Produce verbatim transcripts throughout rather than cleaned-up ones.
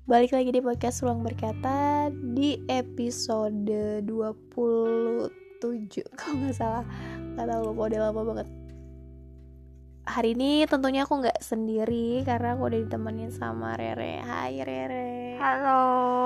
Balik lagi di podcast Ruang Berkata di episode dua puluh tujuh kalau gak salah. Gak tau, lupa, udah lama banget. Hari ini tentunya aku gak sendiri karena aku udah ditemenin sama Rere. Hai Rere. Halo.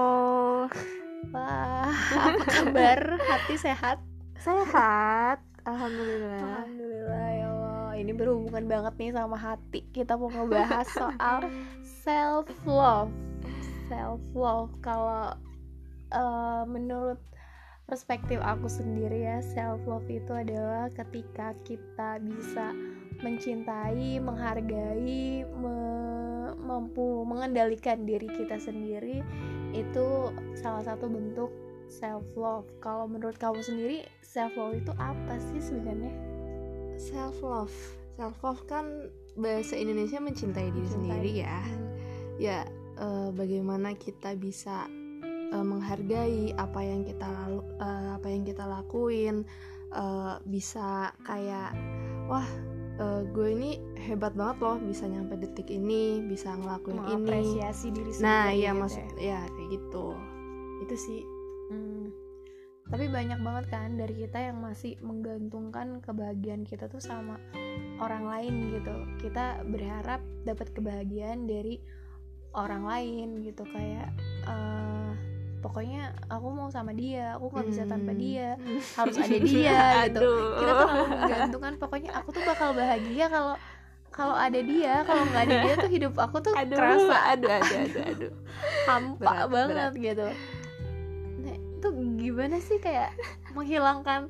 Wah, apa kabar? Hati sehat? Sehat, alhamdulillah. Alhamdulillah ya Allah. Ini berhubungan banget nih sama hati. Kita mau ngebahas soal self love. Self love kalau uh, menurut perspektif aku sendiri ya, self love itu adalah ketika kita bisa mencintai, menghargai, me- mampu mengendalikan diri kita sendiri. Itu salah satu bentuk self love. Kalau menurut kamu sendiri, self love itu apa sih sebenarnya? Self love, self love kan bahasa Indonesia mencintai diri Mencintai. sendiri ya. Hmm. Ya, uh, bagaimana kita bisa uh, menghargai apa yang kita lalu, uh, apa yang kita lakuin, uh, bisa kayak wah uh, gue ini hebat banget loh bisa nyampe detik ini, bisa ngelakuin ini. Mengapresiasi diri sendiri. Nah, iya gitu maksud ya. ya kayak gitu. Itu sih. Hmm. Tapi banyak banget kan dari kita yang masih menggantungkan kebahagiaan kita tuh sama orang lain gitu. Kita berharap dapat kebahagiaan dari orang lain gitu, kayak uh, pokoknya aku mau sama dia, aku nggak bisa tanpa dia, harus ada dia gitu. Kita tuh menggantungkan, pokoknya aku tuh bakal bahagia kalau kalau ada dia, kalau nggak ada dia tuh hidup aku tuh aduh, kerasa aduh, aduh, aduh, aduh. hampa Berat, banget berat. gitu. Nah, itu gimana sih kayak menghilangkan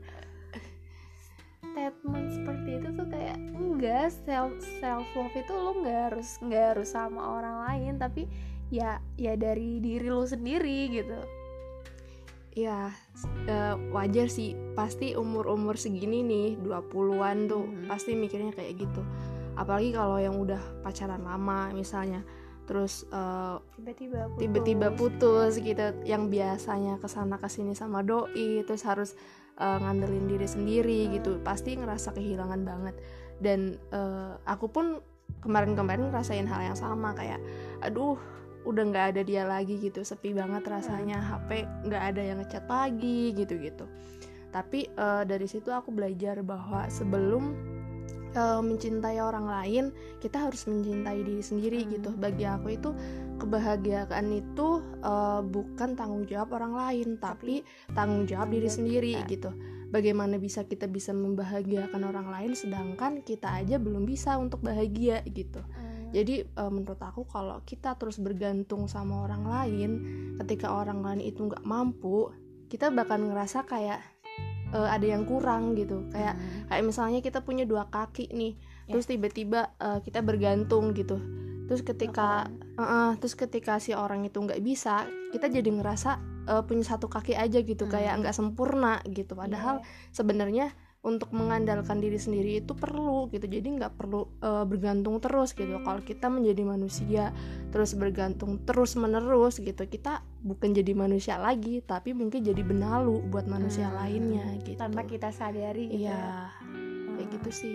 statement seperti itu tuh, kayak enggak, self self love itu lo nggak harus nggak harus sama orang lain, tapi ya ya dari diri lo sendiri gitu. Ya, uh, wajar sih, pasti umur-umur segini nih, dua puluhan tuh, hmm. pasti mikirnya kayak gitu. Apalagi kalau yang udah pacaran lama misalnya, terus uh, tiba-tiba putus, tiba-tiba putus gitu, yang biasanya kesana kesini sama doi, terus harus uh, ngandelin diri sendiri hmm. gitu, pasti ngerasa kehilangan banget. Dan uh, aku pun kemarin-kemarin ngerasain hal yang sama, kayak aduh udah nggak ada dia lagi gitu, sepi banget rasanya, H P nggak ada yang ngechat lagi gitu-gitu. Tapi uh, dari situ aku belajar bahwa sebelum uh, mencintai orang lain, kita harus mencintai diri sendiri hmm. gitu. Bagi aku itu kebahagiaan itu uh, bukan tanggung jawab orang lain, tapi, tapi tanggung jawab diri sendiri kita. Gitu. Bagaimana bisa kita bisa membahagiakan orang lain sedangkan kita aja belum bisa untuk bahagia gitu. hmm. Jadi uh, menurut aku kalau kita terus bergantung sama orang lain, ketika orang lain itu gak mampu, kita bakal ngerasa kayak uh, ada yang kurang gitu. Kayak hmm. kayak misalnya kita punya dua kaki nih, yeah. terus tiba-tiba uh, kita bergantung gitu. Terus ketika uh, uh, terus ketika si orang itu gak bisa, kita jadi ngerasa uh, punya satu kaki aja gitu, hmm. kayak gak sempurna gitu. Padahal yeah. sebenarnya untuk mengandalkan diri sendiri itu perlu gitu, jadi nggak perlu uh, bergantung terus gitu. Kalau kita menjadi manusia terus bergantung terus menerus gitu, kita bukan jadi manusia lagi, tapi mungkin jadi benalu buat manusia hmm. lainnya gitu, tanpa kita sadari gitu. Iya, hmm. kayak gitu sih.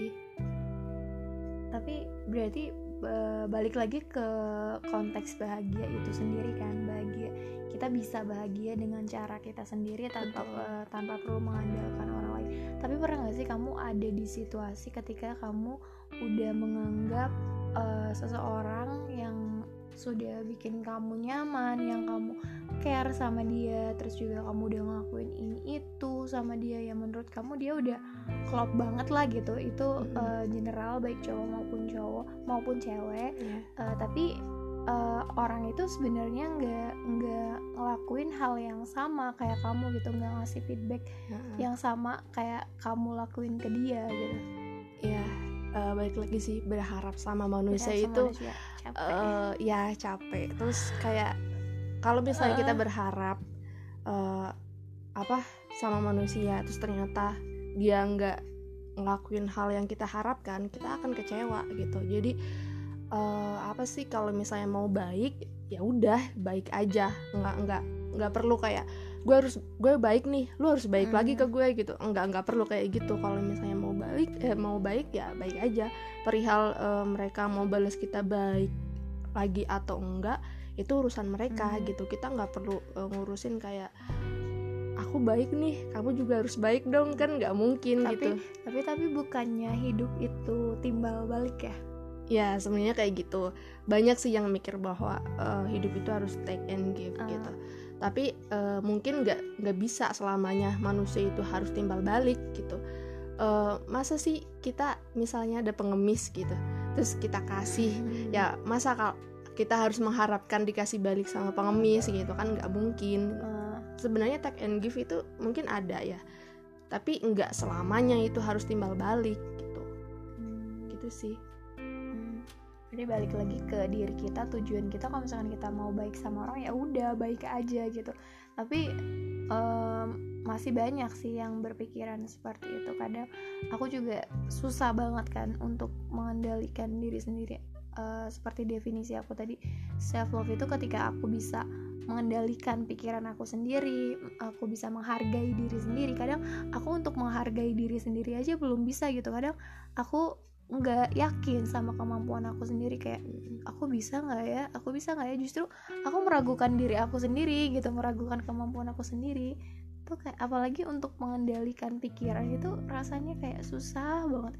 Tapi berarti uh, balik lagi ke konteks bahagia itu sendiri kan, bahagia kita bisa bahagia dengan cara kita sendiri tanpa uh, tanpa perlu mengandalkan orang lain. Tapi pernah nggak sih kamu ada di situasi ketika kamu udah menganggap uh, seseorang yang sudah bikin kamu nyaman, yang kamu care sama dia, terus juga kamu udah ngelakuin ini itu sama dia, yang menurut kamu dia udah klop banget lah gitu, itu mm-hmm. uh, general baik cowok maupun cowok maupun cewek, yeah. uh, tapi Uh, orang itu sebenarnya nggak nggak ngelakuin hal yang sama kayak kamu gitu, nggak ngasih feedback uh-huh. yang sama kayak kamu lakuin ke dia gitu. Ya, uh, balik lagi sih, berharap sama manusia berharap itu sama manusia. Capek. Uh, ya capek. Terus kayak kalau misalnya uh. kita berharap uh, apa sama manusia, terus ternyata dia nggak ngelakuin hal yang kita harapkan, kita akan kecewa gitu. Jadi Uh, apa sih, kalau misalnya mau baik ya udah baik aja, nggak nggak nggak perlu kayak gue harus gue baik nih, lu harus baik hmm. lagi ke gue gitu, nggak nggak perlu kayak gitu. Kalau misalnya mau baik eh, mau baik ya baik aja. Perihal uh, mereka mau balas kita baik lagi atau enggak, itu urusan mereka Hmm. gitu. Kita nggak perlu uh, ngurusin kayak aku baik nih, kamu juga harus baik dong, kan nggak mungkin tapi gitu. tapi tapi bukannya hidup itu timbal balik ya? Ya sebenarnya kayak gitu. Banyak sih yang mikir bahwa uh, hidup itu harus take and give Uh. gitu. Tapi uh, mungkin nggak nggak bisa selamanya manusia itu harus timbal balik gitu. Uh, masa sih kita misalnya ada pengemis gitu, terus kita kasih, Hmm. ya masa kalau kita harus mengharapkan dikasih balik sama pengemis gitu kan, nggak mungkin. Uh. Sebenarnya take and give itu mungkin ada ya, tapi nggak selamanya itu harus timbal balik gitu. Hmm. Gitu sih. Hmm. Jadi balik lagi ke diri kita, tujuan kita kalau misalkan kita mau baik sama orang ya udah baik aja gitu. Tapi um, masih banyak sih yang berpikiran seperti itu. Kadang aku juga susah banget kan untuk mengendalikan diri sendiri. Uh, seperti definisi aku tadi, self love itu ketika aku bisa mengendalikan pikiran aku sendiri, aku bisa menghargai diri sendiri. Kadang aku untuk menghargai diri sendiri aja belum bisa gitu. Kadang aku nggak yakin sama kemampuan aku sendiri, kayak aku bisa nggak ya, aku bisa nggak ya. Justru aku meragukan diri aku sendiri gitu, meragukan kemampuan aku sendiri. Tuh kayak apalagi untuk mengendalikan pikiran itu rasanya kayak susah banget.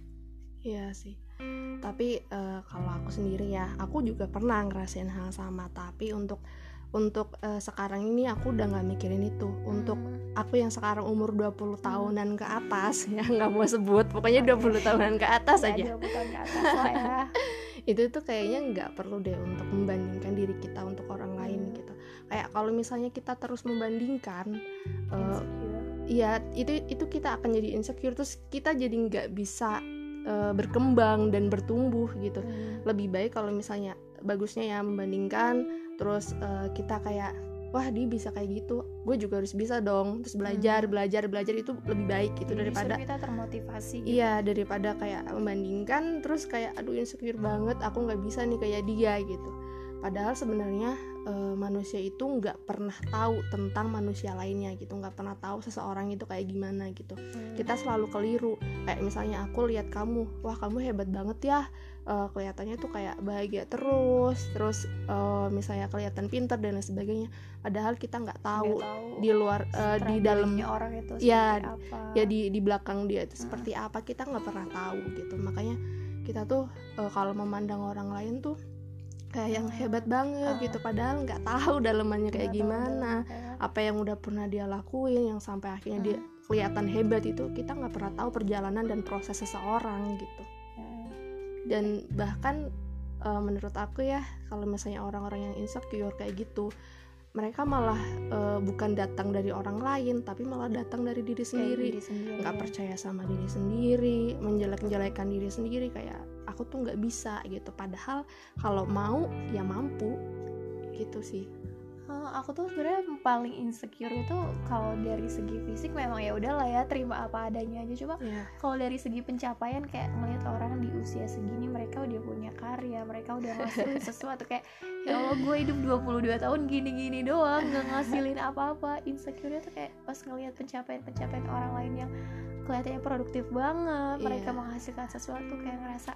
Iya sih. Tapi uh, kalau aku sendiri ya, aku juga pernah ngerasain hal sama. Tapi untuk untuk uh, sekarang ini aku udah nggak mikirin itu. Untuk hmm. aku yang sekarang umur dua puluh tahunan ke atas, ya nggak mau sebut, pokoknya dua puluh tahunan ke atas ya, aja. dua puluh tahun ke atas lah ya. Itu tuh kayaknya nggak perlu deh untuk membandingkan diri kita untuk orang lain gitu. Kayak kalau misalnya kita terus membandingkan, uh, iya itu itu kita akan jadi insecure, terus kita jadi nggak bisa uh, berkembang dan bertumbuh gitu. hmm. Lebih baik kalau misalnya bagusnya ya membandingkan, terus uh, kita kayak wah dia bisa kayak gitu, gue juga harus bisa dong, terus belajar hmm. belajar belajar itu lebih baik gitu. Jadi daripada kita termotivasi gitu. Iya, daripada kayak membandingkan terus kayak aduh insecure banget, aku nggak bisa nih kayak dia gitu. Padahal sebenarnya e, manusia itu nggak pernah tahu tentang manusia lainnya gitu, nggak pernah tahu seseorang itu kayak gimana gitu. hmm. Kita selalu keliru. Kayak misalnya aku lihat kamu, wah kamu hebat banget ya, e, kelihatannya tuh kayak bahagia terus, terus e, misalnya kelihatan pintar dan lain sebagainya. Padahal kita nggak tahu, tahu di luar e, di dalam orang itu ya apa. ya di di belakang dia itu hmm. seperti apa, kita nggak pernah tahu gitu. Makanya kita tuh e, kalau memandang orang lain tuh kayak yang hebat banget uh, gitu, padahal nggak tahu dalemannya kayak gimana, kayak apa yang udah pernah dia lakuin yang sampai akhirnya uh, dia kelihatan hebat. Itu kita nggak pernah tahu perjalanan dan proses seseorang gitu. uh, dan bahkan uh, menurut aku ya, kalau misalnya orang-orang yang insecure kayak gitu, mereka malah uh, bukan datang dari orang lain, tapi malah datang dari diri sendiri, nggak ya. Percaya sama diri sendiri, menjelek-jelekan diri sendiri, kayak aku tuh nggak bisa gitu. Padahal kalau mau ya mampu gitu sih. Uh, aku tuh sebenarnya paling insecure itu kalau dari segi fisik memang ya udahlah ya, terima apa adanya aja. Cuma yeah. kalau dari segi pencapaian, kayak melihat orang di usia segini mereka udah punya karya, mereka udah ngasilin sesuatu, kayak ya Allah gue hidup dua puluh dua tahun gini-gini doang nggak ngasilin apa-apa. Insecure tuh kayak pas ngelihat pencapaian-pencapaian orang lain yang kelihatannya produktif banget, yeah. mereka menghasilkan sesuatu, kayak ngerasa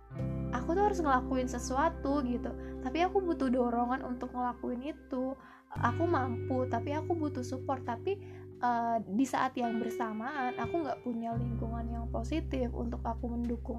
aku tuh harus ngelakuin sesuatu gitu, tapi aku butuh dorongan untuk ngelakuin itu. Aku mampu, tapi aku butuh support. Tapi uh, di saat yang bersamaan aku nggak punya lingkungan yang positif untuk aku mendukung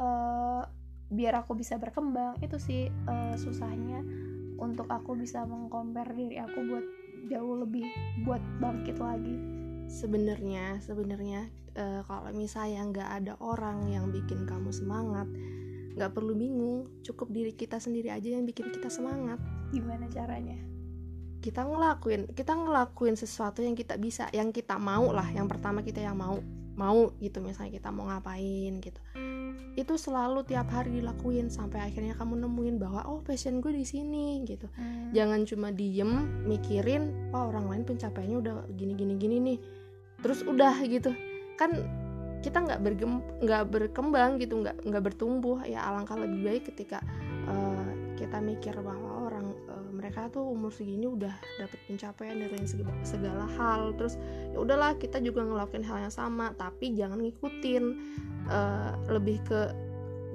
uh, biar aku bisa berkembang. Itu sih uh, susahnya untuk aku bisa mengcompare diri aku buat jauh lebih buat bangkit lagi. Sebenarnya sebenarnya uh, kalau misalnya nggak ada orang yang bikin kamu semangat, nggak perlu bingung, cukup diri kita sendiri aja yang bikin kita semangat. Gimana caranya? Kita ngelakuin, kita ngelakuin sesuatu yang kita bisa, yang kita mau lah. Yang pertama kita yang mau, mau gitu. Misalnya kita mau ngapain gitu, itu selalu tiap hari dilakuin sampai akhirnya kamu nemuin bahwa oh passion gue di sini gitu. Hmm. Jangan cuma diem mikirin, wah orang lain pencapaiannya udah gini gini gini nih, terus udah gitu kan. Kita nggak bergem nggak berkembang gitu, nggak nggak bertumbuh. Ya alangkah lebih baik ketika uh, kita mikir bahwa orang uh, mereka tuh umur segini udah dapet pencapaian dan lain segala, segala hal, terus ya udahlah kita juga ngelakuin hal yang sama, tapi jangan ngikutin, uh, lebih ke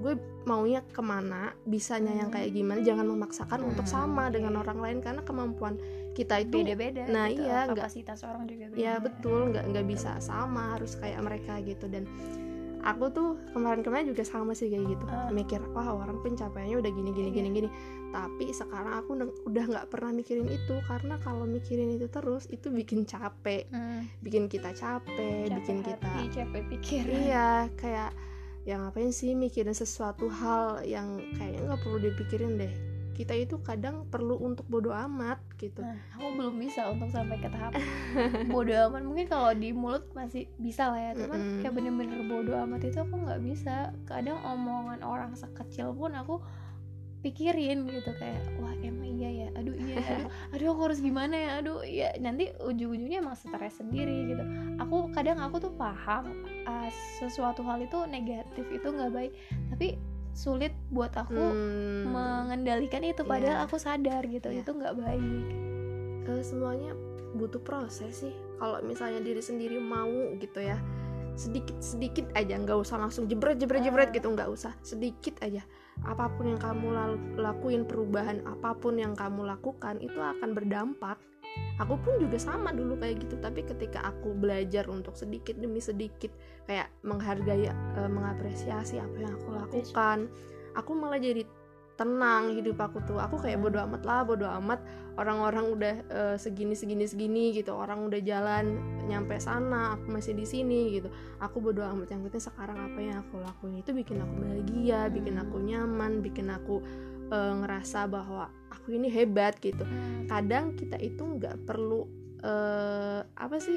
gue maunya kemana, bisanya yang kayak gimana, jangan memaksakan untuk sama Oke. dengan orang lain karena kemampuan kita itu beda-beda nah gitu. iya nggak Kapasitas orang juga beda. ya betul nggak nggak bisa sama harus kayak mereka gitu. Dan aku tuh kemarin-kemarin juga sama sih kayak gitu, Ah. mikir wah orang pencapaiannya udah gini gini Iya. gini gini tapi sekarang aku udah- udah nggak pernah mikirin itu karena kalau mikirin itu terus itu bikin capek, Hmm. bikin kita capek, Capek bikin kita hati, capek pikiran. iya kayak ya ngapain sih mikirin sesuatu hal yang kayaknya nggak perlu dipikirin deh. Kita itu kadang perlu untuk bodo amat gitu. Nah, aku belum bisa untuk sampai ke tahap bodo amat. Mungkin kalau di mulut masih bisa lah ya, cuman Mm-mm. kayak bener-bener bodo amat itu aku nggak bisa. Kadang omongan orang sekecil pun aku pikirin gitu, kayak wah emang iya ya, aduh iya ya, aduh aduh aku harus gimana ya, aduh iya, nanti ujung-ujungnya emang stres sendiri gitu. Aku kadang aku tuh paham uh, sesuatu hal itu negatif, itu nggak baik, tapi sulit buat aku Hmm, mengendalikan itu padahal Iya. aku sadar gitu Iya. itu nggak baik. eh, semuanya butuh proses sih. Kalau misalnya diri sendiri mau gitu ya, sedikit sedikit aja, nggak usah langsung jebret jebret jebret Ah. gitu, nggak usah, sedikit aja. Apapun yang kamu lalu- lakuin, perubahan apapun yang kamu lakukan itu akan berdampak. Aku pun juga sama dulu kayak gitu, tapi ketika aku belajar untuk sedikit demi sedikit kayak menghargai, eh, mengapresiasi apa yang aku lakukan, aku malah jadi tenang hidup aku tuh. Aku kayak bodo amat lah, bodo amat orang-orang udah eh, segini segini segini gitu, orang udah jalan nyampe sana, aku masih di sini gitu. Aku bodo amat, yang penting sekarang apa yang aku lakuin itu bikin aku bahagia, bikin aku nyaman, bikin aku eh, ngerasa bahwa aku ini hebat gitu. Kadang kita itu nggak perlu eh, apa sih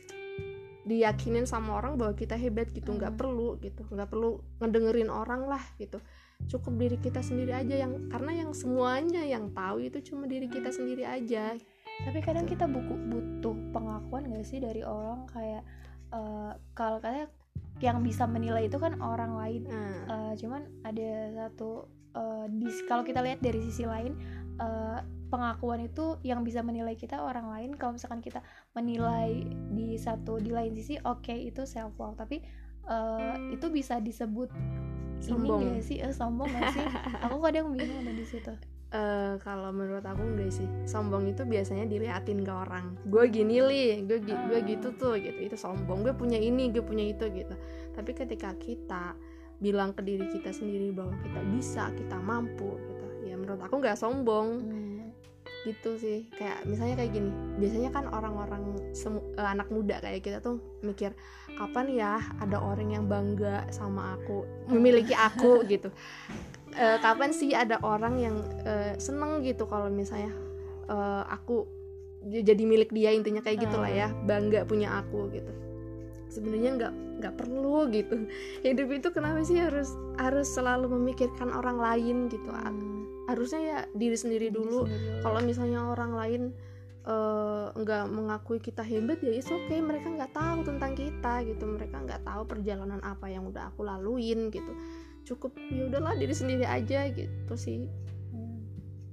diyakinin sama orang bahwa kita hebat gitu, nggak Hmm. perlu gitu, nggak perlu ngedengerin orang lah gitu. Cukup diri kita sendiri aja yang, karena yang semuanya yang tahu itu cuma diri kita sendiri aja. Tapi kadang kita buku butuh pengakuan gak sih dari orang, kayak uh, kalau katanya yang bisa menilai itu kan orang lain. Nah, Uh, cuman ada satu uh, di, kalau kita lihat dari sisi lain, uh, pengakuan itu yang bisa menilai kita orang lain. Kalau misalkan kita menilai di satu, di lain sisi oke okay, itu self love, tapi uh, itu bisa disebut Sombong. ini gak sih, eh, sombong gak sih? Aku kadang bingung ada di situ. eh, kalau menurut aku enggak sih. Sombong itu biasanya diliatin ke orang. Gue gini li, gue gi- gue gitu tuh gitu. Itu sombong. Gue punya ini, gue punya itu gitu. Tapi ketika kita bilang ke diri kita sendiri bahwa kita bisa, kita mampu gitu, ya menurut aku nggak sombong. Hmm. Gitu sih. Kayak misalnya kayak gini, biasanya kan orang-orang semu- eh, anak muda kayak kita tuh mikir, kapan ya ada orang yang bangga sama aku, memiliki aku gitu. Eh, kapan sih ada orang yang eh, seneng gitu kalau misalnya eh, aku j- jadi milik dia, intinya kayak gitulah ya, bangga punya aku gitu. Sebenarnya nggak nggak perlu gitu. Hidup itu kenapa sih harus harus selalu memikirkan orang lain gitu. Hmm. Harusnya ya diri sendiri dulu. Sendiri. Kalau misalnya orang lain eh, nggak mengakui kita hebat, ya it's okay, mereka nggak tahu tentang kita gitu, mereka nggak tahu perjalanan apa yang udah aku laluin gitu. Cukup ya udahlah diri sendiri aja gitu sih. Hmm.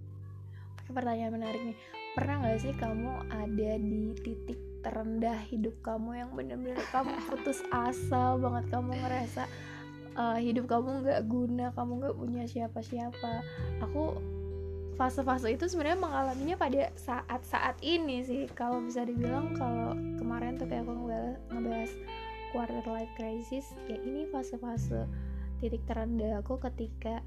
Oke, pertanyaan menarik nih. Pernah nggak sih kamu ada di titik terendah hidup kamu yang benar-benar kamu putus asa banget, kamu ngerasa uh, hidup kamu nggak guna, kamu nggak punya siapa-siapa? Aku fase-fase itu sebenarnya mengalaminya pada saat-saat ini sih. Kalau bisa dibilang, kalau kemarin tuh kayak aku ngebahas, ngebahas quarter life crisis, ya ini fase-fase titik terendah aku ketika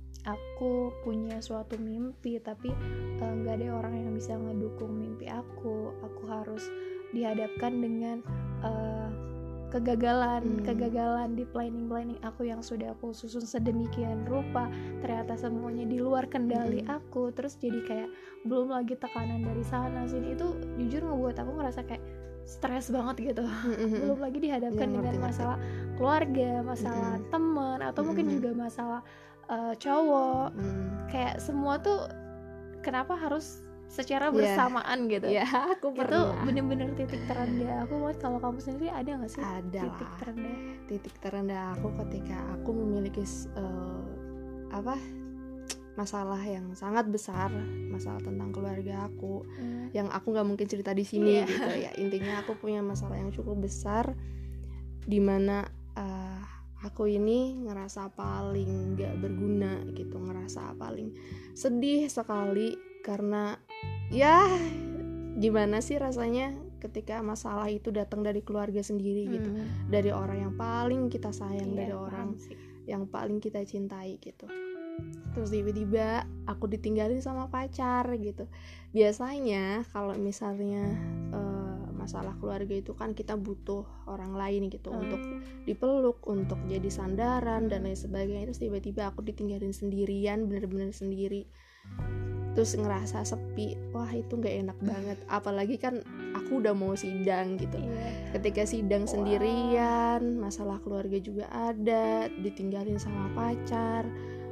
aku punya suatu mimpi tapi nggak uh, ada orang yang bisa ngedukung mimpi aku. Aku harus dihadapkan dengan uh, kegagalan, hmm. kegagalan di planning-planning aku yang sudah aku susun sedemikian rupa. Ternyata semuanya di luar kendali hmm. aku. Terus jadi kayak belum lagi tekanan dari sana sini. Itu jujur ngebuat aku ngerasa kayak stres banget gitu. Mm-hmm. Belum lagi dihadapkan ya, dengan masalah keluarga, masalah mm-hmm. teman, atau mm-hmm. mungkin juga masalah uh, cowok. Mm. Kayak semua tuh kenapa harus secara bersamaan yeah. gitu. Iya, yeah, aku pernah. Itu bener-bener titik terendah aku. Buat kalau kamu sendiri ada nggak sih ada titik lah. terendah? Titik terendah aku ketika aku memiliki uh, apa masalah yang sangat besar, masalah tentang keluarga aku, hmm. yang aku nggak mungkin cerita di sini yeah. gitu ya. Intinya aku punya masalah yang cukup besar, dimana uh, aku ini ngerasa paling gak berguna gitu, ngerasa paling sedih sekali karena ya gimana sih rasanya ketika masalah itu datang dari keluarga sendiri gitu, Hmm. dari orang yang paling kita sayang, Iya, dari paham orang sih. yang paling kita cintai gitu. Terus tiba-tiba aku ditinggalin sama pacar gitu. Biasanya kalau misalnya uh, masalah keluarga itu kan kita butuh orang lain gitu Hmm. untuk dipeluk, untuk jadi sandaran dan lain sebagainya. Terus tiba-tiba aku ditinggalin sendirian, bener-bener sendiri, terus ngerasa sepi. Wah itu nggak enak banget, apalagi kan aku udah mau sidang gitu. Iya. Ketika sidang Wah. sendirian, masalah keluarga juga ada, ditinggalin sama pacar.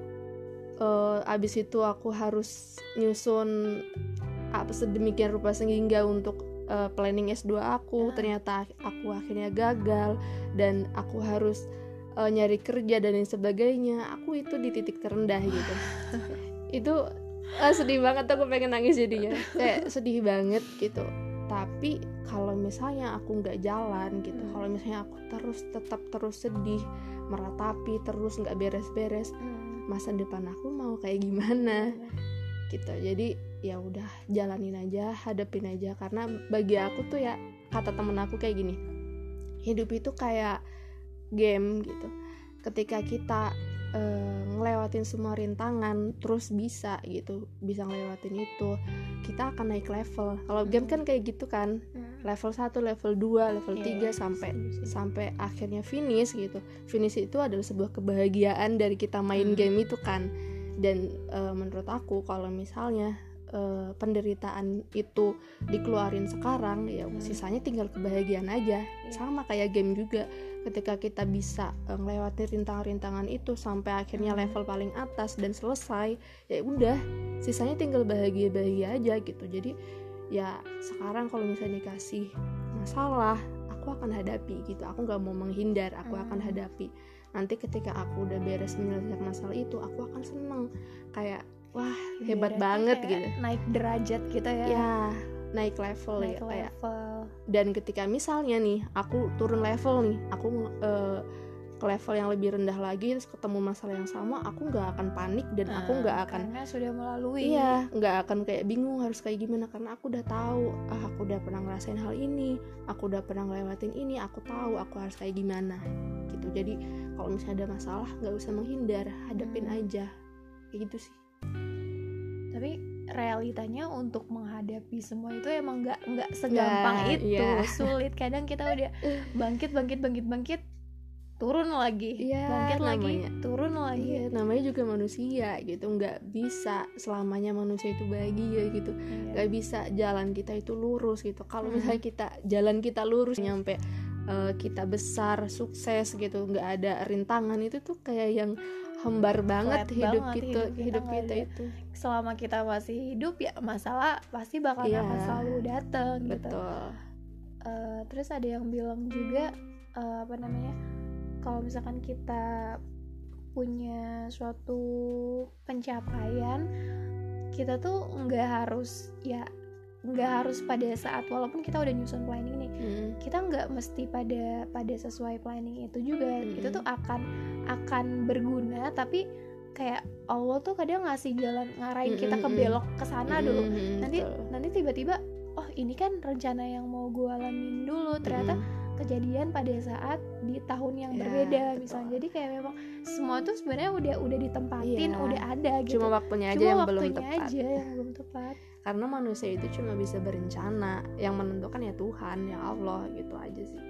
Uh, abis itu aku harus nyusun apa sedemikian rupa sehingga untuk uh, planning S dua aku. Ah. Ternyata aku akhirnya gagal dan aku harus uh, nyari kerja dan lain sebagainya. Aku itu di titik terendah gitu. Itu uh, sedih banget, aku pengen nangis jadinya, kayak sedih banget gitu. Tapi kalau misalnya aku nggak jalan gitu, Hmm. kalau misalnya aku terus tetap terus sedih, meratapi terus nggak beres-beres, Hmm. masa depan aku mau kayak gimana gitu. Jadi ya udah jalanin aja, hadapin aja. Karena bagi aku tuh ya, kata temen aku kayak gini, hidup itu kayak game gitu. Ketika kita uh, ngelewatin semua rintangan terus bisa gitu, bisa ngelewatin itu, kita akan naik level. Kalau game kan kayak gitu kan, Hmm. level satu, level dua, level Iya, tiga sampai setuju sih. sampai akhirnya finish gitu. Finish itu adalah sebuah kebahagiaan dari kita main Hmm. game itu kan. Dan uh, menurut aku kalau misalnya uh, penderitaan itu dikeluarin sekarang, ya Hmm. sisanya tinggal kebahagiaan aja. Iya. Sama kayak game juga, ketika kita bisa uh, melewati rintangan-rintangan itu sampai akhirnya Hmm. level paling atas dan selesai, ya udah sisanya tinggal bahagia-bahagia aja gitu. Jadi ya sekarang kalau misalnya dikasih masalah, aku akan hadapi gitu. Aku nggak mau menghindar, aku Hmm. akan hadapi. Nanti ketika aku udah beres menyelesaikan masalah itu, aku akan seneng, kayak wah hebat Ibaratnya banget kayak gitu naik derajat gitu ya, ya, naik level naik ya kayak. level. Dan ketika misalnya nih aku turun level nih, aku uh, ke level yang lebih rendah lagi, terus ketemu masalah yang sama, aku nggak akan panik dan aku nggak Nah, akan karena sudah melalui. iya nggak akan kayak bingung harus kayak gimana, karena aku udah tahu, ah aku udah pernah ngerasain hal ini, aku udah pernah ngelewatin ini, aku tahu aku harus kayak gimana gitu. Jadi kalau misalnya ada masalah nggak usah menghindar, hadapin Hmm. aja kayak gitu sih. Tapi realitanya untuk menghadapi semua itu emang nggak nggak segampang Nggak, itu, iya. sulit. Kadang kita udah bangkit bangkit bangkit bangkit turun lagi, Iya, bangkit lagi namanya. turun lagi. Iya, namanya juga manusia gitu, nggak bisa selamanya manusia itu bahagia gitu, Iya. nggak bisa jalan kita itu lurus gitu. Kalau Hmm. misalnya kita jalan kita lurus nyampe uh, kita besar sukses gitu, nggak ada rintangan, itu tuh kayak yang hambar banget Flat hidup banget kita, hidup kita, hidup nggak kita ada. itu. Selama kita masih hidup ya masalah pasti bakal Iya, akan selalu datang gitu. Betul. Uh, terus ada yang bilang juga uh, apa namanya, kalau misalkan kita punya suatu pencapaian, kita tuh nggak harus ya nggak harus pada saat, walaupun kita udah nyusun planning nih, Mm. kita nggak mesti pada pada sesuai planning itu juga. Mm-mm. Itu tuh akan akan berguna, tapi kayak Allah tuh kadang ngasih jalan, ngarahin kita ke Mm-mm. belok ke sana dulu. Mm-mm, Nanti betul. nanti tiba-tiba oh ini kan rencana yang mau gue alamin dulu, ternyata Mm-mm. kejadian pada saat di tahun yang Ya, berbeda betul. misalnya. Jadi kayak memang semua tuh sebenarnya udah udah ditempatin, Iya. udah ada gitu. Cuma waktunya aja Cuma yang waktunya belum tepat. aja yang belum tepat. Karena manusia itu cuma bisa berencana, yang menentukan ya Tuhan, ya Allah, gitu aja sih.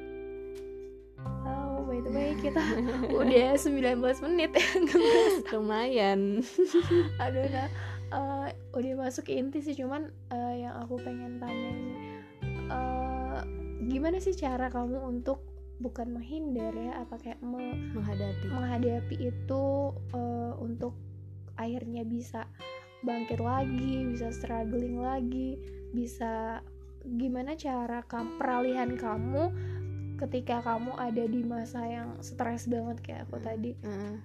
Oh, by the way kita udah sembilan belas menit ya. Lumayan. Aduh, nah uh, udah masuk inti sih, cuman uh, yang aku pengen tanya ini, uh, gimana sih cara kamu untuk bukan menghindar ya, apa kayak me- Menghadapi. menghadapi itu uh, untuk akhirnya bisa bangkit lagi, bisa struggling lagi, bisa gimana cara kamu, peralihan kamu ketika kamu ada di masa yang stres banget kayak aku tadi. Uh,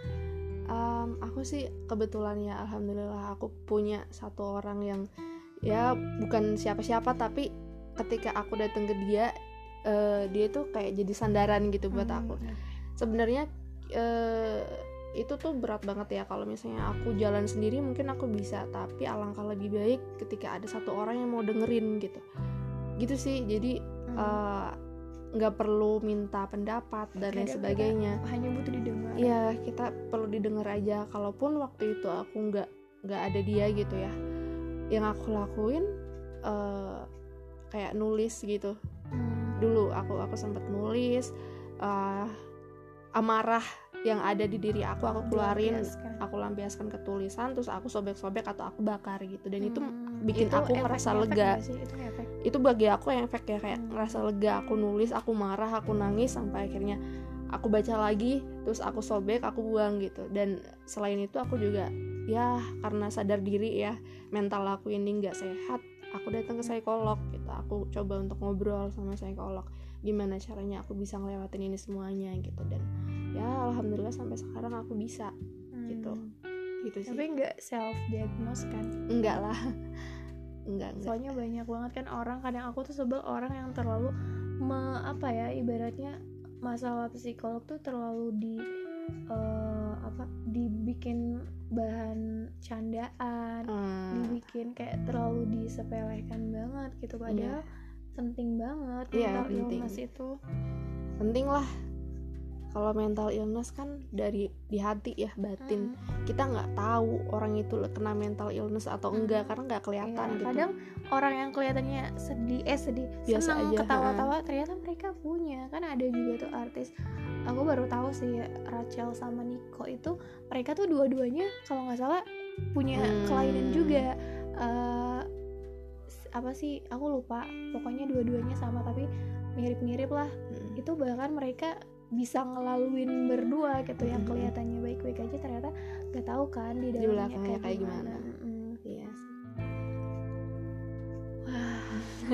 um, aku sih kebetulan ya alhamdulillah aku punya satu orang yang ya bukan siapa-siapa, tapi ketika aku datang ke dia, uh, dia tuh kayak jadi sandaran gitu buat Hmm. aku. Sebenarnya uh, itu tuh berat banget ya. Kalau misalnya aku jalan sendiri mungkin aku bisa, tapi alangkah lebih baik ketika ada satu orang yang mau dengerin gitu gitu sih. Jadi nggak hmm. uh, perlu minta pendapat dan lain sebagainya, hanya butuh didengar. Iya, kita perlu didengar aja. Kalaupun waktu itu aku nggak nggak ada dia gitu ya, yang aku lakuin uh, kayak nulis gitu. hmm. Dulu aku aku sempat nulis uh, amarah yang ada di diri aku, aku keluarin, lampiaskan. aku lampiaskan ke tulisan, terus aku sobek-sobek atau aku bakar gitu, dan hmm, itu bikin itu aku merasa lega. Itu, itu bagi aku yang efek ya, kayak hmm. ngerasa lega. Aku nulis, aku marah, aku nangis, sampai akhirnya aku baca lagi, terus aku sobek, aku buang gitu. Dan selain itu aku juga ya karena sadar diri ya, mental aku ini nggak sehat, aku datang ke psikolog gitu. Aku coba untuk ngobrol sama psikolog, gimana caranya aku bisa ngelewatin ini semuanya gitu. Dan ya alhamdulillah sampai sekarang aku bisa hmm. gitu gitu sih. Tapi nggak self diagnose kan? Enggak lah. enggak, enggak soalnya banyak banget kan orang, kadang aku tuh sebel orang yang terlalu me, apa ya ibaratnya masalah psikolog tuh terlalu di uh, apa dibikin bahan candaan, hmm. dibikin kayak terlalu disepelekan banget gitu, padahal yeah. penting banget yeah, mental penting. illness itu penting lah. Kalau mental illness kan dari di hati ya, batin. Hmm. Kita nggak tahu orang itu kena mental illness atau enggak, hmm. karena nggak kelihatan ya, gitu. Kadang orang yang kelihatannya sedih, eh sedih, biasa senang, aja, ketawa-tawa, ha. ternyata mereka punya. Kan ada juga tuh artis. Aku baru tahu sih Rachel sama Nico itu, mereka tuh dua-duanya kalau nggak salah punya hmm. kelainan juga. Uh, apa sih? Aku lupa. Pokoknya dua-duanya sama tapi mirip-mirip lah. Hmm. Itu bahkan mereka bisa ngelaluin berdua gitu, mm-hmm. yang kelihatannya baik-baik aja ternyata nggak tahu kan di dalamnya kayak, kayak gimana. Mm-hmm. Iya sih. Wah,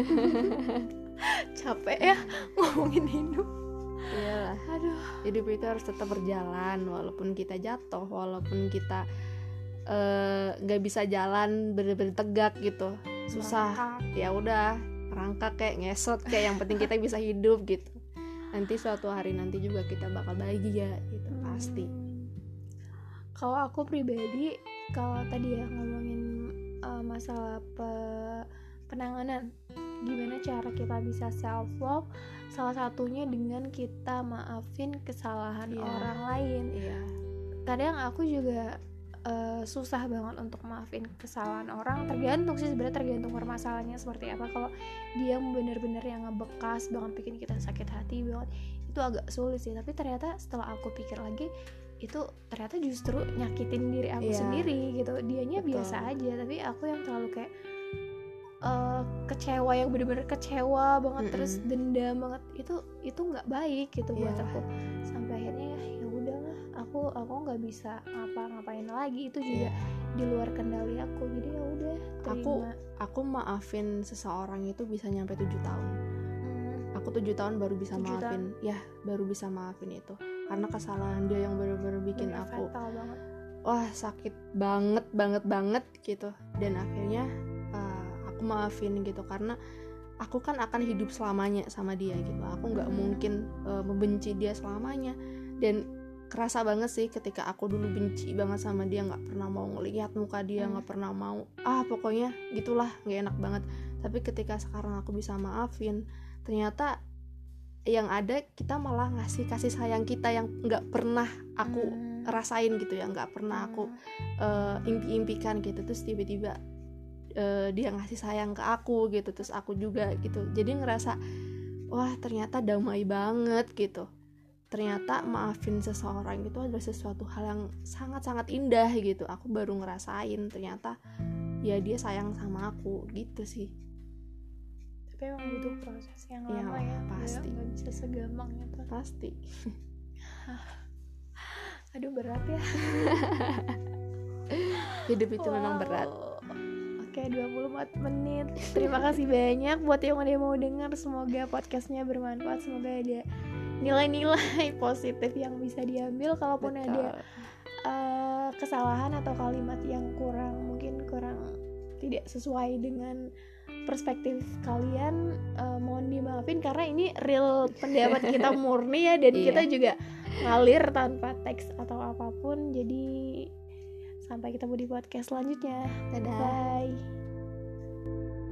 capek ya ngomongin hidup. Iyalah. Aduh. Hidup itu harus tetap berjalan walaupun kita jatuh, walaupun kita nggak uh, bisa jalan bener-bener tegak gitu, susah. Ya udah, merangkak kayak ngesot kayak, yang penting kita bisa hidup gitu. Nanti suatu hari nanti juga kita bakal bahagia gitu, hmm. pasti. Kalau aku pribadi, kalau tadi ya ngomongin uh, masalah pe- penanganan, gimana cara kita bisa self love, salah satunya dengan kita maafin kesalahan yeah. orang lain. Yeah. Kadang aku juga uh, susah banget untuk maafin kesalahan orang, tergantung sih sebenarnya, tergantung permasalahannya seperti apa. Kalau dia benar-benar yang ngebekas banget, bikin kita sakit hati banget, itu agak sulit sih. Tapi ternyata setelah aku pikir lagi, itu ternyata justru nyakitin diri aku yeah. sendiri gitu. Dianya Betul. biasa aja, tapi aku yang terlalu kayak uh, kecewa, yang benar-benar kecewa banget, mm-mm. terus dendam banget. Itu itu nggak baik gitu yeah. buat aku. Sampai akhirnya ya udahlah, aku aku nggak bisa ngapa-ngapain lagi, itu juga yeah. di luar kendali aku. Jadi ya udah, aku aku maafin seseorang itu bisa nyampe tujuh tahun. hmm. Aku tujuh tahun baru bisa tujuh maafin tahun. ya baru bisa maafin itu, karena kesalahan dia yang benar-benar bikin Bener, aku banget. wah sakit banget banget banget gitu. Dan akhirnya uh, aku maafin gitu, karena aku kan akan hidup selamanya sama dia gitu. Aku nggak hmm. mungkin uh, membenci dia selamanya. Dan kerasa banget sih ketika aku dulu benci banget sama dia, nggak pernah mau ngelihat muka dia, nggak hmm. pernah mau ah pokoknya gitulah, nggak enak banget. Tapi ketika sekarang aku bisa maafin, ternyata yang ada kita malah ngasih kasih sayang kita yang nggak pernah aku hmm. rasain gitu ya, nggak pernah aku uh, impi-impikan gitu. Terus tiba-tiba uh, dia ngasih sayang ke aku gitu, terus aku juga gitu. Jadi ngerasa wah ternyata damai banget gitu. Ternyata maafin seseorang itu adalah sesuatu hal yang sangat-sangat indah gitu. Aku baru ngerasain ternyata ya dia sayang sama aku gitu sih. Tapi emang butuh proses yang lama ya, pasti nggak bisa segampang itu. Pasti. Aduh berat ya. Hidup itu wow. memang berat. Oke, dua puluh empat menit. Terima kasih banyak buat yang udah mau dengar. Semoga podcastnya bermanfaat. Semoga ada nilai-nilai positif yang bisa diambil. Kalaupun Betul. ada uh, kesalahan atau kalimat yang kurang, mungkin kurang tidak sesuai dengan perspektif kalian, uh, mohon dimaafin karena ini real pendapat kita murni ya, dan iya. kita juga ngalir tanpa teks atau apapun. Jadi sampai ketemu di podcast selanjutnya. Dadah. Bye.